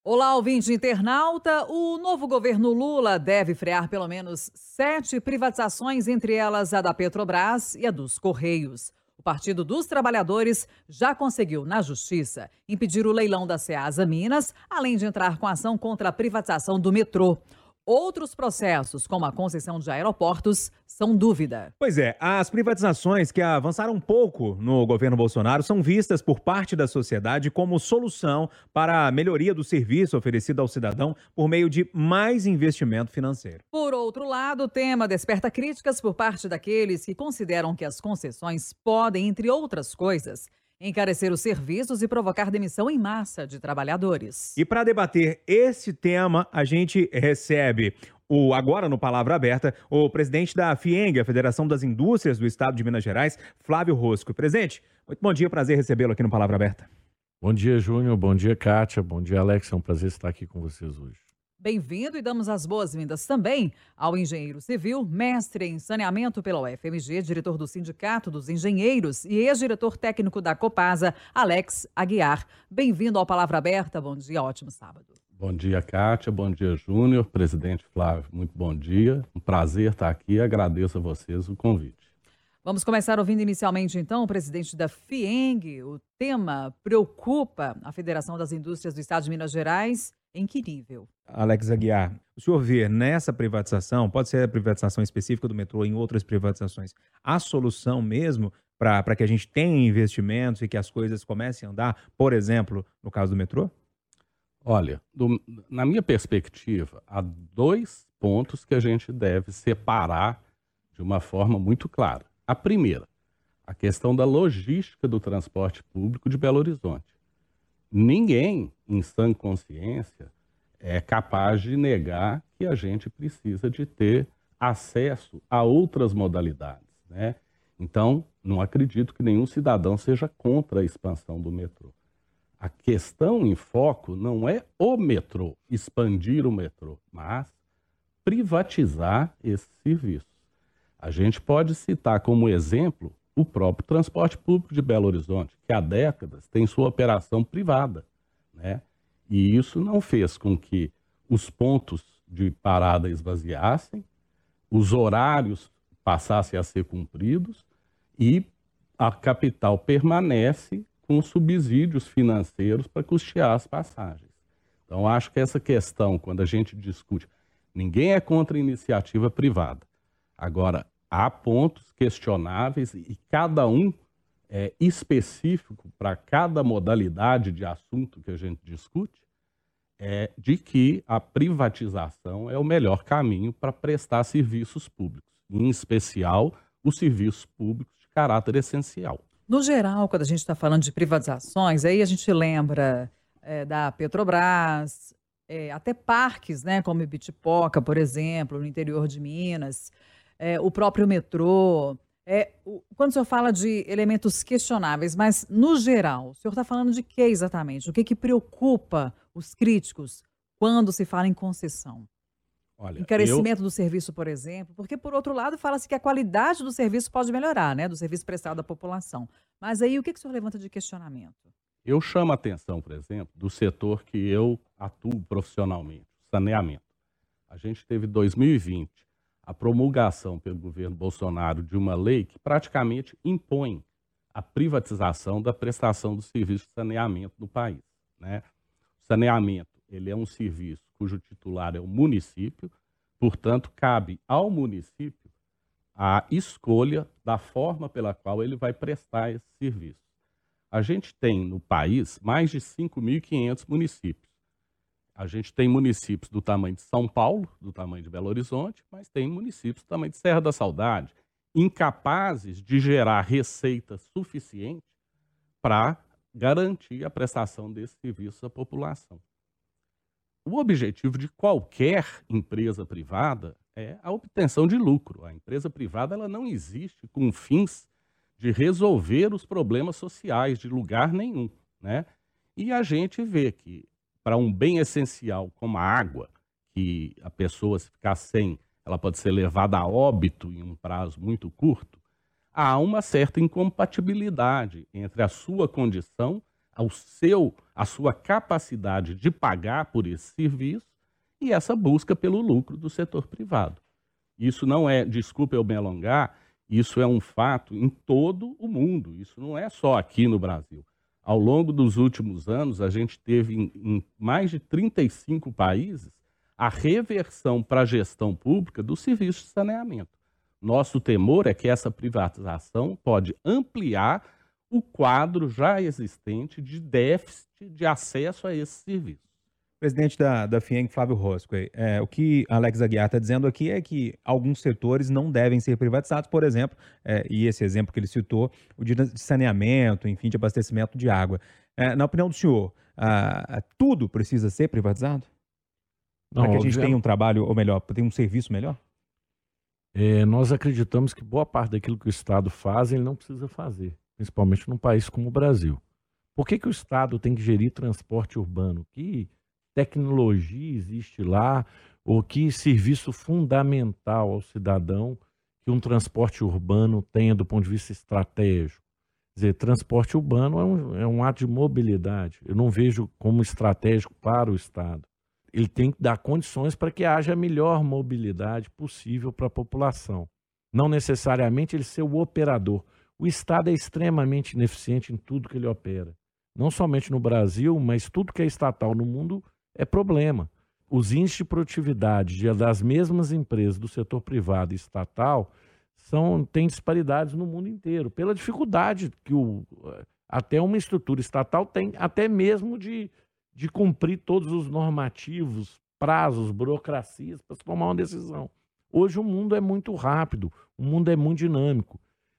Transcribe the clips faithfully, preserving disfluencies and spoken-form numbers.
Olá, ouvinte internauta. O novo governo Lula deve frear pelo menos sete privatizações, entre elas a da Petrobras e a dos Correios. O Partido dos Trabalhadores já conseguiu, na Justiça, impedir o leilão da Ceasa Minas, além de entrar com ação contra a privatização do metrô. Outros processos, como a concessão de aeroportos, são dúvida. Pois é, as privatizações que avançaram um pouco no governo Bolsonaro são vistas por parte da sociedade como solução para a melhoria do serviço oferecido ao cidadão por meio de mais investimento financeiro. Por outro lado, o tema desperta críticas por parte daqueles que consideram que as concessões podem, entre outras coisas, encarecer os serviços e provocar demissão em massa de trabalhadores. E para debater esse tema, a gente recebe o agora no Palavra Aberta, o presidente da FIENG, a Federação das Indústrias do Estado de Minas Gerais, Flávio Rosco. Presidente, muito bom dia, prazer recebê-lo aqui no Palavra Aberta. Bom dia, Júnior. Bom dia, Kátia. Bom dia, Alex. É um prazer estar aqui com vocês hoje. Bem-vindo e damos as boas-vindas também ao engenheiro civil, mestre em saneamento pela U F M G, diretor do Sindicato dos Engenheiros e ex-diretor técnico da Copasa, Alex Aguiar. Bem-vindo ao Palavra Aberta. Bom dia, ótimo sábado. Bom dia, Kátia. Bom dia, Júnior. Presidente Flávio, muito bom dia. Um prazer estar aqui. Agradeço a vocês o convite. Vamos começar ouvindo inicialmente, então, o presidente da FIENG. O tema preocupa a Federação das Indústrias do Estado de Minas Gerais. Em que nível? Alex Aguiar, o senhor vê nessa privatização, pode ser a privatização específica do metrô, em outras privatizações, a solução mesmo para que a gente tenha investimentos e que as coisas comecem a andar, por exemplo, no caso do metrô? Olha, do, na minha perspectiva, há dois pontos que a gente deve separar de uma forma muito clara. A primeira, a questão da logística do transporte público de Belo Horizonte. Ninguém, em sã consciência, é capaz de negar que a gente precisa de ter acesso a outras modalidades, né? Então, não acredito que nenhum cidadão seja contra a expansão do metrô. A questão em foco não é o metrô, expandir o metrô, mas privatizar esses serviços. A gente pode citar como exemplo o próprio transporte público de Belo Horizonte, que há décadas tem sua operação privada, né? E isso não fez com que os pontos de parada esvaziassem, os horários passassem a ser cumpridos e a capital permanece com subsídios financeiros para custear as passagens. Então, acho que essa questão, quando a gente discute, ninguém é contra a iniciativa privada. Agora, há pontos questionáveis e cada um é específico para cada modalidade de assunto que a gente discute, é de que a privatização é o melhor caminho para prestar serviços públicos, em especial os serviços públicos de caráter essencial. No geral, quando a gente está falando de privatizações, aí a gente lembra é, da Petrobras, é, até parques, né, como Ibitipoca, por exemplo, no interior de Minas. É, o próprio metrô. É, o, quando o senhor fala de elementos questionáveis, mas no geral, o senhor está falando de quê exatamente? O que, que preocupa os críticos quando se fala em concessão? Olha, Encarecimento eu, do serviço, por exemplo, porque, por outro lado, fala-se que a qualidade do serviço pode melhorar, né? Do serviço prestado à população. Mas aí, o que, que o senhor levanta de questionamento? eu chamo a atenção, por exemplo, do setor que eu atuo profissionalmente, saneamento. A gente teve dois mil e vinte a promulgação pelo governo Bolsonaro de uma lei que praticamente impõe a privatização da prestação do serviço de saneamento no país, né? O saneamento, ele é um serviço cujo titular é o município, portanto, cabe ao município a escolha da forma pela qual ele vai prestar esse serviço. A gente tem no país mais de cinco mil e quinhentos municípios. A gente tem municípios do tamanho de São Paulo, do tamanho de Belo Horizonte, mas tem municípios do tamanho de Serra da Saudade, incapazes de gerar receita suficiente para garantir a prestação desse serviço à população. O objetivo de qualquer empresa privada é a obtenção de lucro. A empresa privada ela não existe com fins de resolver os problemas sociais de lugar nenhum, né? E a gente vê que para um bem essencial como a água, que a pessoa se ficar sem, ela pode ser levada a óbito em um prazo muito curto, há uma certa incompatibilidade entre a sua condição, ao seu, a sua capacidade de pagar por esse serviço e essa busca pelo lucro do setor privado. Isso não é, desculpe eu me alongar, isso é um fato em todo o mundo, isso não é só aqui no Brasil. Ao longo dos últimos anos, a gente teve em, em mais de trinta e cinco países a reversão para a gestão pública do serviço de saneamento. Nosso temor é que essa privatização pode ampliar o quadro já existente de déficit de acesso a esse serviço. Presidente da, da FIENG, Flávio Rosco, é, o que Alex Aguiar está dizendo aqui é que alguns setores não devem ser privatizados, por exemplo, é, e esse exemplo que ele citou, o de saneamento, enfim, de abastecimento de água. É, na opinião do senhor, ah, tudo precisa ser privatizado? Para que a gente tenha um trabalho, ou melhor, para ter um serviço melhor? É, nós acreditamos que boa parte daquilo que o Estado faz, ele não precisa fazer, principalmente num país como o Brasil. Por que que o Estado tem que gerir transporte urbano? Que tecnologia existe lá, ou que serviço fundamental ao cidadão que um transporte urbano tenha do ponto de vista estratégico? Quer dizer, transporte urbano é um, é um ato de mobilidade. Eu não vejo como estratégico para o Estado. Ele tem que dar condições para que haja a melhor mobilidade possível para a população. Não necessariamente ele ser o operador. O Estado é extremamente ineficiente em tudo que ele opera. Não somente no Brasil, mas tudo que é estatal no mundo é problema. Os índices de produtividade de, das mesmas empresas do setor privado e estatal são, têm disparidades no mundo inteiro, pela dificuldade que o, até uma estrutura estatal tem, até mesmo de, de cumprir todos os normativos, prazos, burocracias para se tomar uma decisão. Hoje o mundo é muito rápido, o mundo é muito dinâmico.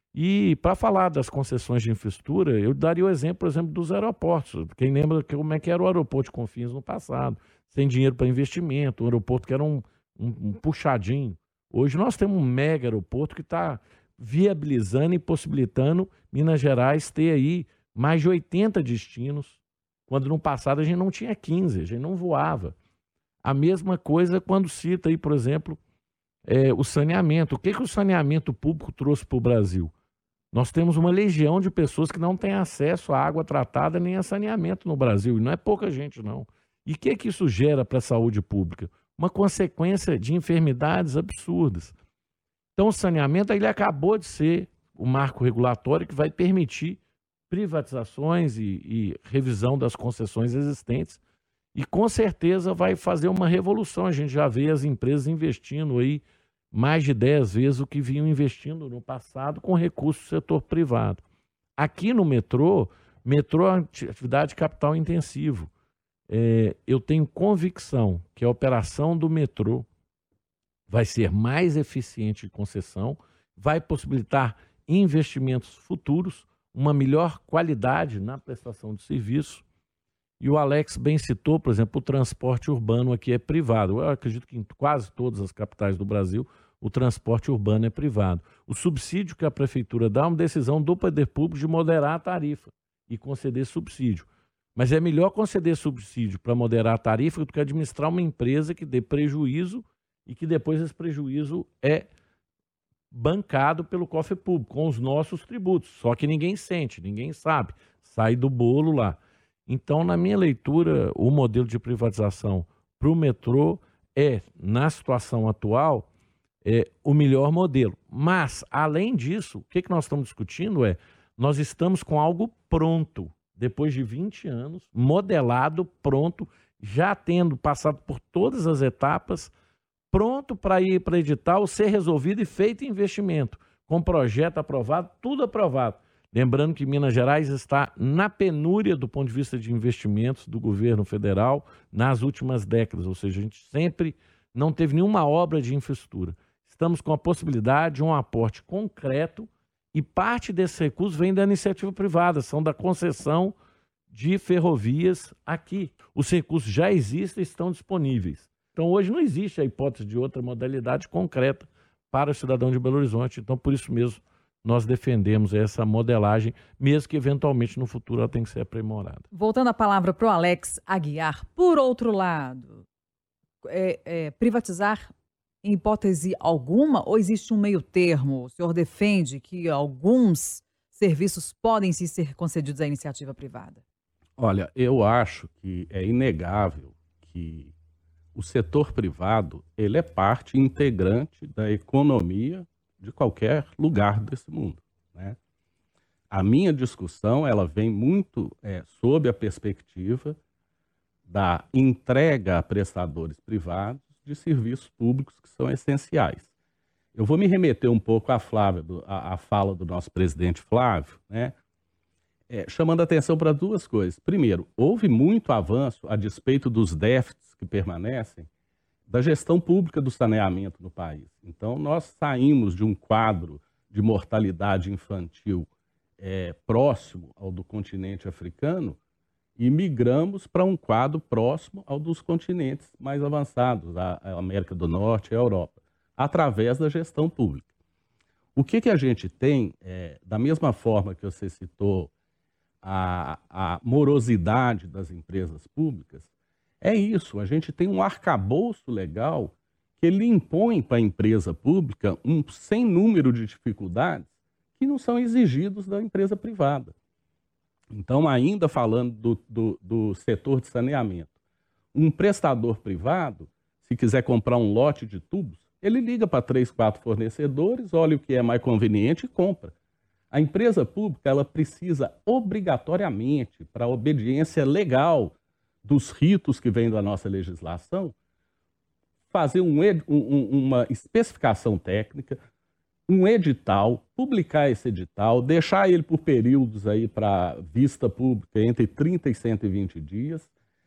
E para falar das concessões de infraestrutura, eu daria o exemplo, por exemplo, dos aeroportos. Quem lembra como é que era o aeroporto de Confins no passado? Sem dinheiro para investimento, um aeroporto que era um, um, um puxadinho. Hoje nós temos um mega aeroporto que está viabilizando e possibilitando Minas Gerais ter aí mais de oitenta destinos, quando no passado a gente não tinha quinze, a gente não voava. A mesma coisa quando cita aí, por exemplo, é, o saneamento. O que, que o saneamento público trouxe para o Brasil? Nós temos uma legião de pessoas que não têm acesso à água tratada nem a saneamento no Brasil, e não é pouca gente, não. E o que, que isso gera para a saúde pública? Uma consequência de enfermidades absurdas. Então, o saneamento ele acabou de ser o marco regulatório que vai permitir privatizações e, e revisão das concessões existentes, e com certeza vai fazer uma revolução. A gente já vê as empresas investindo aí mais de dez vezes o que vinham investindo no passado com recursos do setor privado. Aqui no metrô, metrô é uma atividade de capital intensivo. É, eu tenho convicção que a operação do metrô vai ser mais eficiente de concessão, vai possibilitar investimentos futuros, uma melhor qualidade na prestação de serviço. E o Alex bem citou, por exemplo, o transporte urbano aqui é privado. Eu acredito que em quase todas as capitais do Brasil o transporte urbano é privado. O subsídio que a prefeitura dá é uma decisão do poder público de moderar a tarifa e conceder subsídio. Mas é melhor conceder subsídio para moderar a tarifa do que administrar uma empresa que dê prejuízo e que depois esse prejuízo é bancado pelo cofre público, com os nossos tributos. Só que ninguém sente, ninguém sabe. Sai do bolo lá. Então, na minha leitura, o modelo de privatização para o metrô é, na situação atual, é o melhor modelo. Mas, além disso, o que, que nós estamos discutindo é, nós estamos com algo pronto, depois de vinte anos, modelado, pronto, já tendo passado por todas as etapas, pronto para ir para edital, ser resolvido e feito investimento, com projeto aprovado, tudo aprovado. Lembrando que Minas Gerais está na penúria do ponto de vista de investimentos do governo federal nas últimas décadas, ou seja, a gente sempre não teve nenhuma obra de infraestrutura. Estamos com a possibilidade de um aporte concreto e parte desses recursos vem da iniciativa privada, são da concessão de ferrovias aqui. Os recursos já existem e estão disponíveis. Então hoje não existe a hipótese de outra modalidade concreta para o cidadão de Belo Horizonte, então por isso mesmo nós defendemos essa modelagem, mesmo que eventualmente no futuro ela tenha que ser aprimorada. Voltando a palavra para o Alex Aguiar, por outro lado, é, é, privatizar em hipótese alguma ou existe um meio termo? O senhor defende que alguns serviços podem sim ser concedidos à iniciativa privada? Olha, eu acho que é inegável que o setor privado ele é parte integrante da economia de qualquer lugar desse mundo, né? A minha discussão ela vem muito é, sob a perspectiva da entrega a prestadores privados de serviços públicos que são essenciais. Eu vou me remeter um pouco à, Flávia, do, à, à fala do nosso presidente Flávio, né? É, chamando a atenção para duas coisas. Primeiro, houve muito avanço, a despeito dos déficits que permanecem, da gestão pública do saneamento no país. Então, nós saímos de um quadro de mortalidade infantil é, próximo ao do continente africano e migramos para um quadro próximo ao dos continentes mais avançados, a, a América do Norte e a Europa, através da gestão pública. O que, que a gente tem, é, da mesma forma que você citou, A, a morosidade das empresas públicas, é isso. A gente tem um arcabouço legal que ele impõe para a empresa pública um sem número de dificuldades que não são exigidos da empresa privada. Então, ainda falando do, do, do setor de saneamento, um prestador privado, se quiser comprar um lote de tubos, ele liga para três, quatro fornecedores, olha o que é mais conveniente e compra. A empresa pública ela precisa obrigatoriamente, para a obediência legal dos ritos que vêm da nossa legislação, fazer um, um, uma especificação técnica, um edital, publicar esse edital, deixar ele por períodos aí para vista pública entre trinta e cento e vinte dias,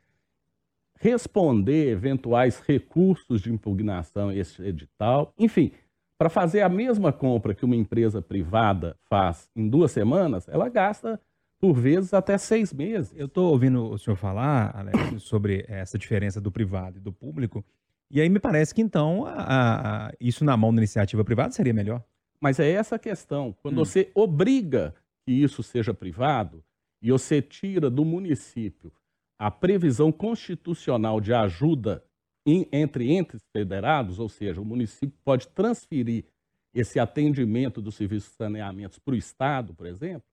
responder eventuais recursos de impugnação a esse edital, enfim. Para fazer a mesma compra que uma empresa privada faz em duas semanas, ela gasta, por vezes, até seis meses. Eu estou ouvindo o senhor falar, Alex, sobre essa diferença do privado e do público, e aí me parece que, então, a, a, isso na mão da iniciativa privada seria melhor. Mas é essa a questão. Quando Hum. você obriga que isso seja privado e você tira do município a previsão constitucional de ajuda Em, entre entes federados, ou seja, o município pode transferir esse atendimento dos serviços de saneamento para o Estado, por exemplo,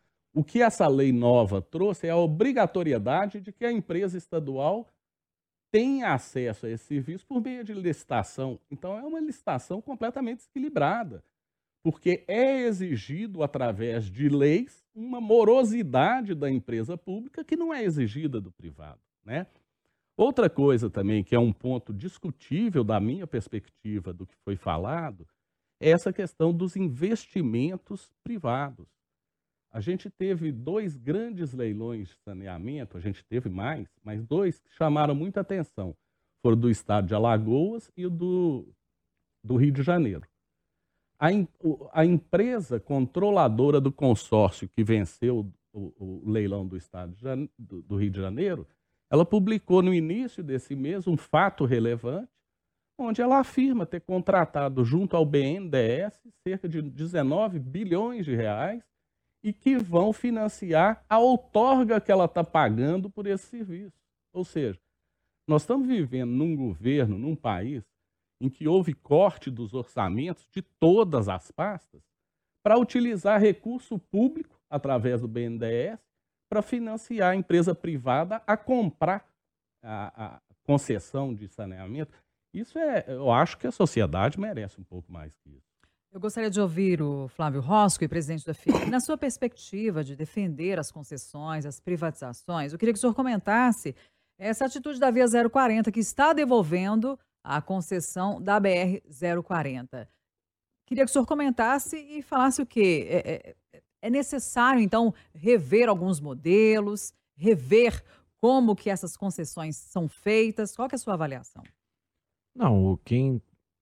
o que essa lei nova trouxe é a obrigatoriedade de que a empresa estadual tenha acesso a esse serviço por meio de licitação. Então, é uma licitação completamente desequilibrada, porque é exigido, através de leis, uma morosidade da empresa pública que não é exigida do privado, né? Outra coisa também, que é um ponto discutível da minha perspectiva do que foi falado, é essa questão dos investimentos privados. A gente teve dois grandes leilões de saneamento, a gente teve mais, mas dois que chamaram muita atenção. Foram do estado de Alagoas e do, do Rio de Janeiro. A, a empresa controladora do consórcio que venceu o, o leilão do estado de, do, do Rio de Janeiro, ela publicou no início desse mês um fato relevante, onde ela afirma ter contratado junto ao B N D E S cerca de dezenove bilhões de reais e que vão financiar a outorga que ela está pagando por esse serviço. Ou seja, nós estamos vivendo num governo, num país, em que houve corte dos orçamentos de todas as pastas para utilizar recurso público, através do B N D E S, para financiar a empresa privada a comprar a, a concessão de saneamento. Isso é, eu acho que a sociedade merece um pouco mais que isso. Eu gostaria de ouvir o Flávio Roscoe, presidente da Fiesp. Na sua perspectiva de defender as concessões, as privatizações, eu queria que o senhor comentasse essa atitude da Via zero quarenta, que está devolvendo a concessão da B R zero quarenta. Queria que o senhor comentasse e falasse o quê? É, é, é necessário, então, rever alguns modelos, rever como que essas concessões são feitas? Qual que é a sua avaliação? Não, quem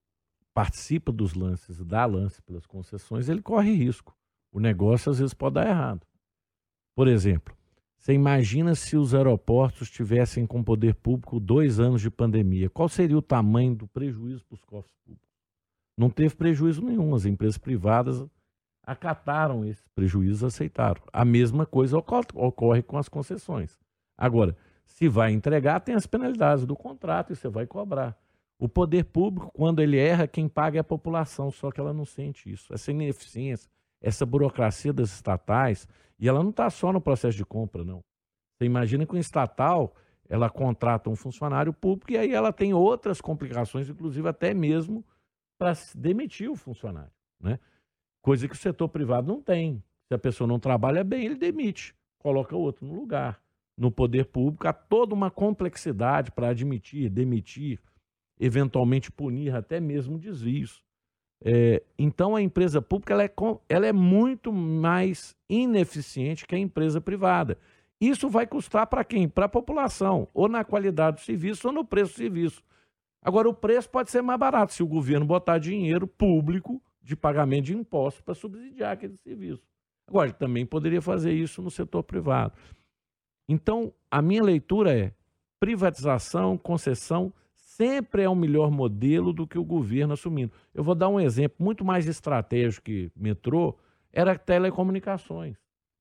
participa dos lances, dá lance pelas concessões, ele corre risco. O negócio às vezes pode dar errado. Por exemplo, você imagina se os aeroportos tivessem com poder público dois anos de pandemia. Qual seria o tamanho do prejuízo para os cofres públicos? Não teve prejuízo nenhum. As empresas privadas acataram esse prejuízo, aceitaram. A mesma coisa ocorre com as concessões. Agora, se vai entregar, tem as penalidades do contrato e você vai cobrar. O poder público, quando ele erra, quem paga é a população, só que ela não sente isso. Essa ineficiência, essa burocracia das estatais, e ela não está só no processo de compra, não. Você imagina que um estatal, ela contrata um funcionário público e aí ela tem outras complicações, inclusive até mesmo para demitir o funcionário, né? Coisa que o setor privado não tem. Se a pessoa não trabalha bem, ele demite, coloca outro no lugar. No poder público há toda uma complexidade para admitir, demitir, eventualmente punir até mesmo desvios. É, então a empresa pública ela é, ela é muito mais ineficiente que a empresa privada. Isso vai custar para quem? Para a população, ou na qualidade do serviço ou no preço do serviço. Agora, o preço pode ser mais barato se o governo botar dinheiro público de pagamento de impostos para subsidiar aquele serviço. Agora, ele também poderia fazer isso no setor privado. Então, a minha leitura é privatização, concessão, sempre é um melhor modelo do que o governo assumindo. Eu vou dar um exemplo muito mais estratégico que metrô, era telecomunicações.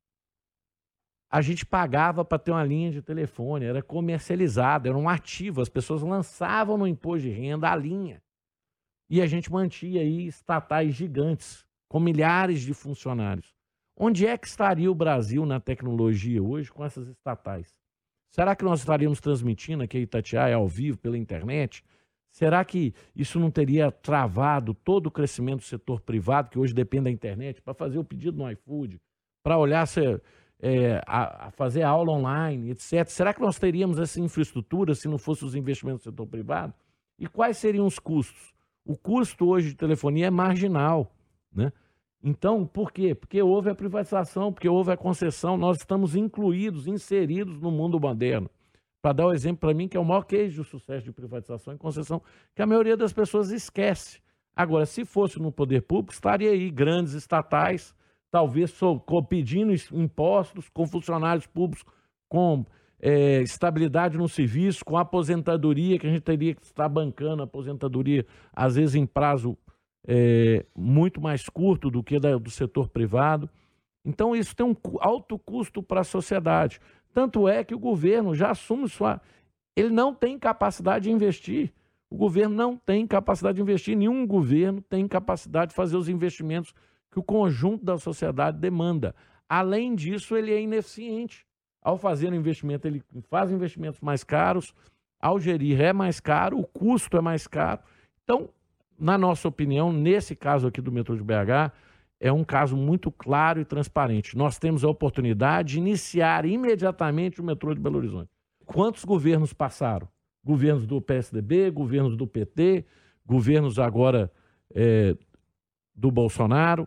A gente pagava para ter uma linha de telefone, era comercializado, era um ativo, as pessoas lançavam no imposto de renda a linha. E a gente mantinha aí estatais gigantes, com milhares de funcionários. Onde é que estaria o Brasil na tecnologia hoje com essas estatais? Será que nós estaríamos transmitindo aqui a Itatiaia ao vivo pela internet? Será que isso não teria travado todo o crescimento do setor privado, que hoje depende da internet, para fazer o pedido no iFood, para olhar se... É, a, a fazer aula online, etcétera. Será que nós teríamos essa infraestrutura se não fossem os investimentos do setor privado? E quais seriam os custos? O custo hoje de telefonia é marginal, né? Então, por quê? Porque houve a privatização, porque houve a concessão, nós estamos incluídos, inseridos no mundo moderno. Para dar o um exemplo para mim, que é o maior case de sucesso de privatização e concessão, que a maioria das pessoas esquece. Agora, se fosse no poder público, estaria aí grandes estatais, talvez pedindo impostos, com funcionários públicos, com é, estabilidade no serviço, com aposentadoria, que a gente teria que estar bancando a aposentadoria, às vezes em prazo é, muito mais curto do que da, do setor privado. Então isso tem um alto custo para a sociedade. Tanto é que o governo já assume sua... Ele não tem capacidade de investir. O governo não tem capacidade de investir. Nenhum governo tem capacidade de fazer os investimentos que o conjunto da sociedade demanda. Além disso, ele é ineficiente. Ao fazer o investimento, ele faz investimentos mais caros, ao gerir é mais caro, o custo é mais caro. Então, na nossa opinião, nesse caso aqui do metrô de B H, é um caso muito claro e transparente. Nós temos a oportunidade de iniciar imediatamente o metrô de Belo Horizonte. Quantos governos passaram? Governos do P S D B, governos do P T, governos agora é, do Bolsonaro.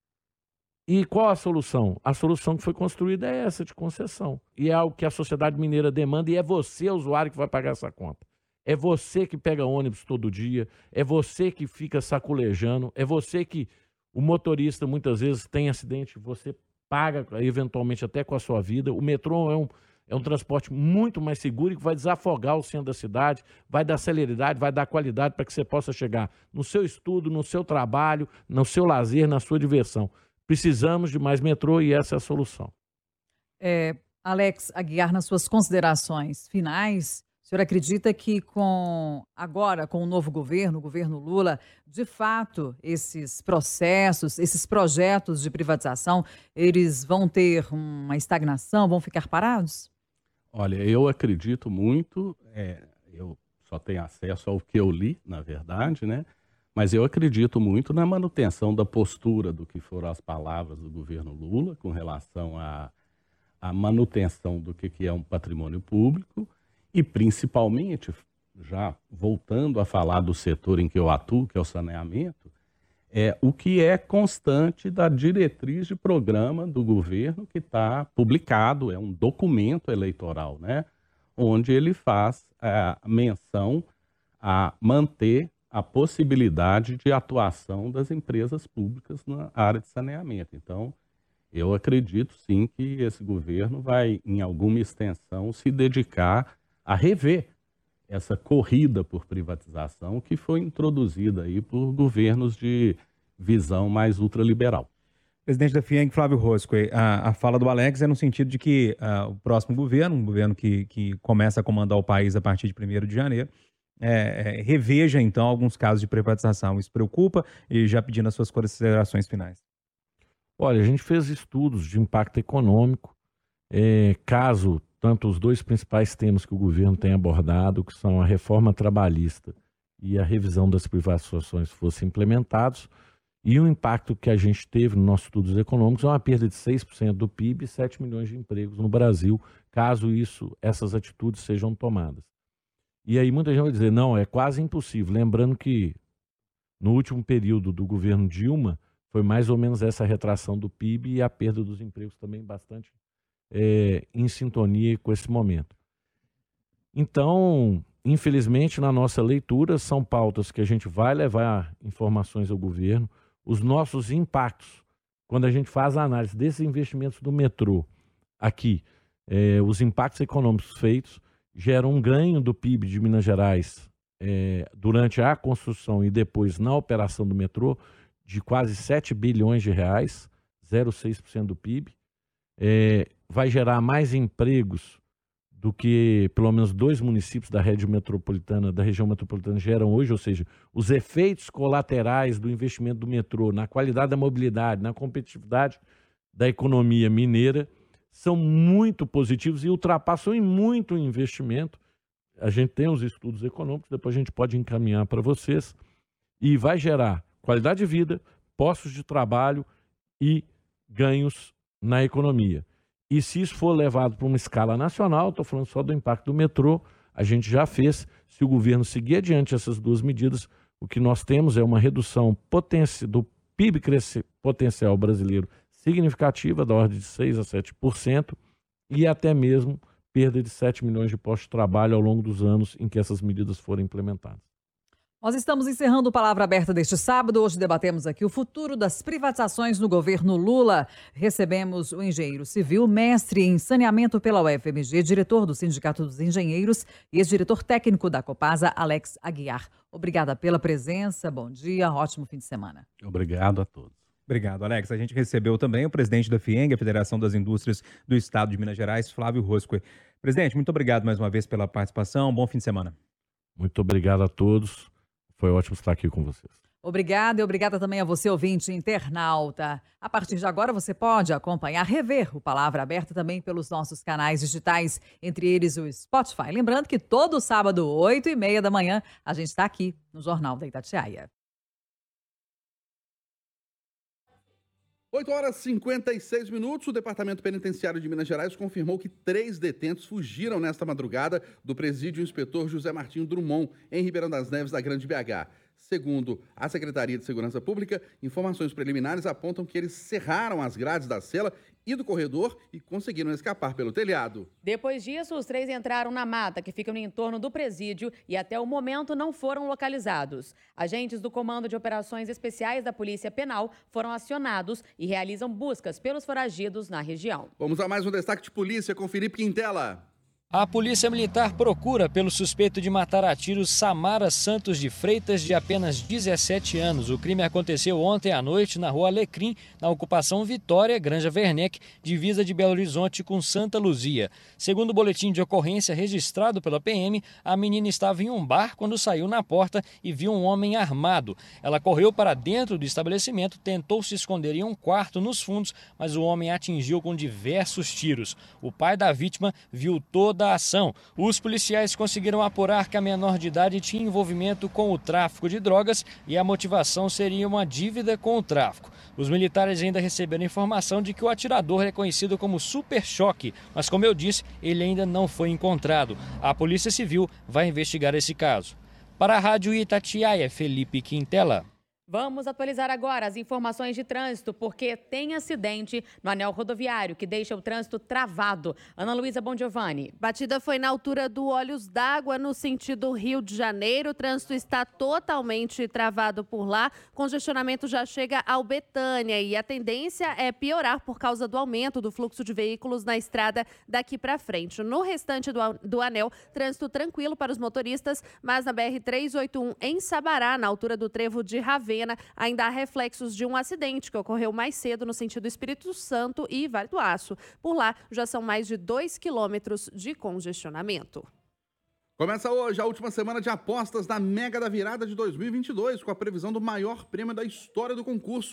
E qual a solução? A solução que foi construída é essa, de concessão. E é algo que a sociedade mineira demanda e é você, usuário, que vai pagar essa conta. É você que pega ônibus todo dia, é você que fica saculejando, é você que o motorista muitas vezes tem acidente, você paga eventualmente até com a sua vida. O metrô é um, é um transporte muito mais seguro e que vai desafogar o centro da cidade, vai dar celeridade, vai dar qualidade para que você possa chegar no seu estudo, no seu trabalho, no seu lazer, na sua diversão. Precisamos de mais metrô e essa é a solução. É, Alex Aguiar, nas suas considerações finais, o senhor acredita que com agora, com o novo governo, o governo Lula, de fato, esses processos, esses projetos de privatização, eles vão ter uma estagnação, vão ficar parados? Olha, eu acredito muito, é, eu só tenho acesso ao que eu li, na verdade, né? Mas eu acredito muito na manutenção da postura do que foram as palavras do governo Lula com relação à, à manutenção do que, que é um patrimônio público e, principalmente, já voltando a falar do setor em que eu atuo, que é o saneamento, é o que é constante da diretriz de programa do governo que está publicado, é um documento eleitoral, né? Onde ele faz a menção a manter a possibilidade de atuação das empresas públicas na área de saneamento. Então, eu acredito sim que esse governo vai, em alguma extensão, se dedicar a rever essa corrida por privatização que foi introduzida aí por governos de visão mais ultraliberal. Presidente da FIENG, Flávio Rosco, a, a fala do Alex é no sentido de que uh, o próximo governo, um governo que, que começa a comandar o país a partir de primeiro de janeiro, É, é, reveja, então, alguns casos de privatização. Isso preocupa? E já pedindo as suas considerações finais. Olha, a gente fez estudos de impacto econômico. É, caso portanto, os dois principais temas que o governo tem abordado, que são a reforma trabalhista e a revisão das privatizações, fossem implementados. E o impacto que a gente teve nos nossos estudos econômicos é uma perda de seis por cento do P I B e sete milhões de empregos no Brasil, caso isso, essas atitudes sejam tomadas. E aí muita gente vai dizer, não, é quase impossível. Lembrando que no último período do governo Dilma, foi mais ou menos essa retração do P I B e a perda dos empregos também bastante é, em sintonia com esse momento. Então, infelizmente, na nossa leitura, são pautas que a gente vai levar informações ao governo. Os nossos impactos, quando a gente faz a análise desses investimentos do metrô aqui, é, os impactos econômicos feitos geram um ganho do P I B de Minas Gerais é, durante a construção e depois na operação do metrô de quase sete bilhões de reais, zero vírgula seis por cento do P I B. É, vai gerar mais empregos do que pelo menos dois municípios da rede metropolitana, da região metropolitana geram hoje, ou seja, os efeitos colaterais do investimento do metrô na qualidade da mobilidade, na competitividade da economia mineira são muito positivos e ultrapassam em muito o investimento. A gente tem os estudos econômicos, depois a gente pode encaminhar para vocês, e vai gerar qualidade de vida, postos de trabalho e ganhos na economia. E se isso for levado para uma escala nacional, estou falando só do impacto do metrô, a gente já fez. Se o governo seguir adiante essas duas medidas, o que nós temos é uma redução potenci- do P I B cresce- potencial brasileiro significativa, da ordem de seis a sete por cento, e até mesmo perda de sete milhões de postos de trabalho ao longo dos anos em que essas medidas forem implementadas. Nós estamos encerrando o Palavra Aberta deste sábado. Hoje debatemos aqui o futuro das privatizações no governo Lula. Recebemos o engenheiro civil, mestre em saneamento pela U F M G, diretor do Sindicato dos Engenheiros e ex-diretor técnico da Copasa, Alex Aguiar. Obrigada pela presença, bom dia, ótimo fim de semana. Obrigado a todos. Obrigado, Alex. A gente recebeu também o presidente da FIENG, a Federação das Indústrias do Estado de Minas Gerais, Flávio Roscoe. Presidente, muito obrigado mais uma vez pela participação. Bom fim de semana. Muito obrigado a todos. Foi ótimo estar aqui com vocês. Obrigada e obrigada também a você, ouvinte internauta. A partir de agora você pode acompanhar, rever o Palavra Aberta também pelos nossos canais digitais, entre eles o Spotify. Lembrando que todo sábado, oito e meia da manhã, a gente está aqui no Jornal da Itatiaia. oito horas e cinquenta e seis minutos, o Departamento Penitenciário de Minas Gerais confirmou que três detentos fugiram nesta madrugada do presídio Inspetor José Martinho Drummond, em Ribeirão das Neves, da Grande B H. Segundo a Secretaria de Segurança Pública, informações preliminares apontam que eles cerraram as grades da cela e do corredor e conseguiram escapar pelo telhado. Depois disso, os três entraram na mata que fica no entorno do presídio e até o momento não foram localizados. Agentes do Comando de Operações Especiais da Polícia Penal foram acionados e realizam buscas pelos foragidos na região. Vamos a mais um destaque de polícia com Felipe Quintela. A Polícia Militar procura pelo suspeito de matar a tiros Samara Santos de Freitas, de apenas dezessete anos. O crime aconteceu ontem à noite na Rua Alecrim, na ocupação Vitória, Granja Werneck, divisa de Belo Horizonte com Santa Luzia. Segundo o boletim de ocorrência registrado pela P M, a menina estava em um bar quando saiu na porta e viu um homem armado. Ela correu para dentro do estabelecimento, tentou se esconder em um quarto nos fundos, mas o homem atingiu com diversos tiros. O pai da vítima viu toda da ação. Os policiais conseguiram apurar que a menor de idade tinha envolvimento com o tráfico de drogas e a motivação seria uma dívida com o tráfico. Os militares ainda receberam informação de que o atirador é conhecido como Super Choque, mas como eu disse, ele ainda não foi encontrado. A Polícia Civil vai investigar esse caso. Para a Rádio Itatiaia, Felipe Quintela. Vamos atualizar agora as informações de trânsito, porque tem acidente no anel rodoviário que deixa o trânsito travado. Ana Luísa Bongiovanni. Batida foi na altura do Olhos d'Água, no sentido Rio de Janeiro. O trânsito está totalmente travado por lá. Congestionamento já chega ao Betânia e a tendência é piorar por causa do aumento do fluxo de veículos na estrada daqui para frente. No restante do, do anel, trânsito tranquilo para os motoristas, mas na B R trezentos e oitenta e um, em Sabará, na altura do trevo de Ravena, ainda há reflexos de um acidente que ocorreu mais cedo no sentido Espírito Santo e Vale do Aço. Por lá, já são mais de dois quilômetros de congestionamento. Começa hoje a última semana de apostas da Mega da Virada de dois mil e vinte e dois, com a previsão do maior prêmio da história do concurso.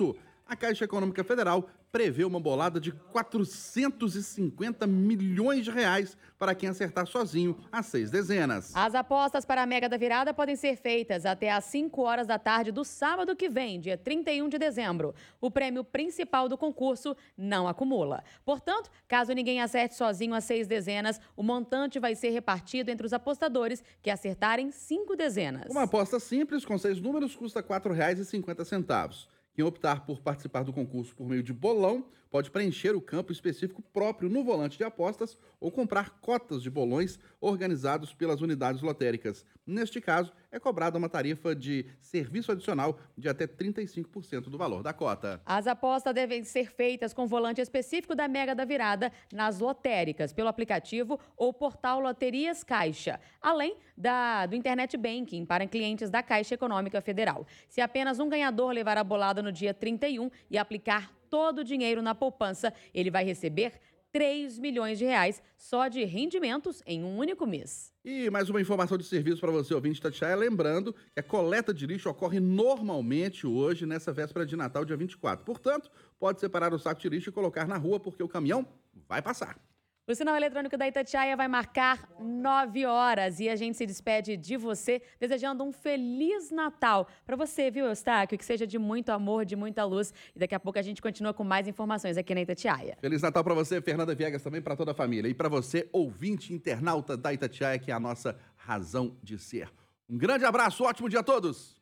A Caixa Econômica Federal prevê uma bolada de quatrocentos e cinquenta milhões de reais para quem acertar sozinho as seis dezenas. As apostas para a Mega da Virada podem ser feitas até às cinco horas da tarde do sábado que vem, dia trinta e um de dezembro. O prêmio principal do concurso não acumula. Portanto, caso ninguém acerte sozinho as seis dezenas, o montante vai ser repartido entre os apostadores que acertarem cinco dezenas. Uma aposta simples com seis números custa quatro reais e cinquenta centavos. Quem optar por participar do concurso por meio de bolão pode preencher o campo específico próprio no volante de apostas ou comprar cotas de bolões organizados pelas unidades lotéricas. Neste caso, é cobrada uma tarifa de serviço adicional de até trinta e cinco por cento do valor da cota. As apostas devem ser feitas com volante específico da Mega da Virada nas lotéricas, pelo aplicativo ou portal Loterias Caixa, além da, do Internet Banking para clientes da Caixa Econômica Federal. Se apenas um ganhador levar a bolada no dia trinta e um e aplicar todo o dinheiro na poupança, ele vai receber três milhões de reais só de rendimentos em um único mês. E mais uma informação de serviço para você, ouvinte Itatiaia, lembrando que a coleta de lixo ocorre normalmente hoje, nessa véspera de Natal, dia vinte e quatro. Portanto, pode separar o saco de lixo e colocar na rua, porque o caminhão vai passar. O sinal eletrônico da Itatiaia vai marcar nove horas e a gente se despede de você, desejando um Feliz Natal para você, viu, Eustáquio? Que seja de muito amor, de muita luz. E daqui a pouco a gente continua com mais informações aqui na Itatiaia. Feliz Natal para você, Fernanda Viegas, também para toda a família. E para você, ouvinte internauta da Itatiaia, que é a nossa razão de ser. Um grande abraço, ótimo dia a todos!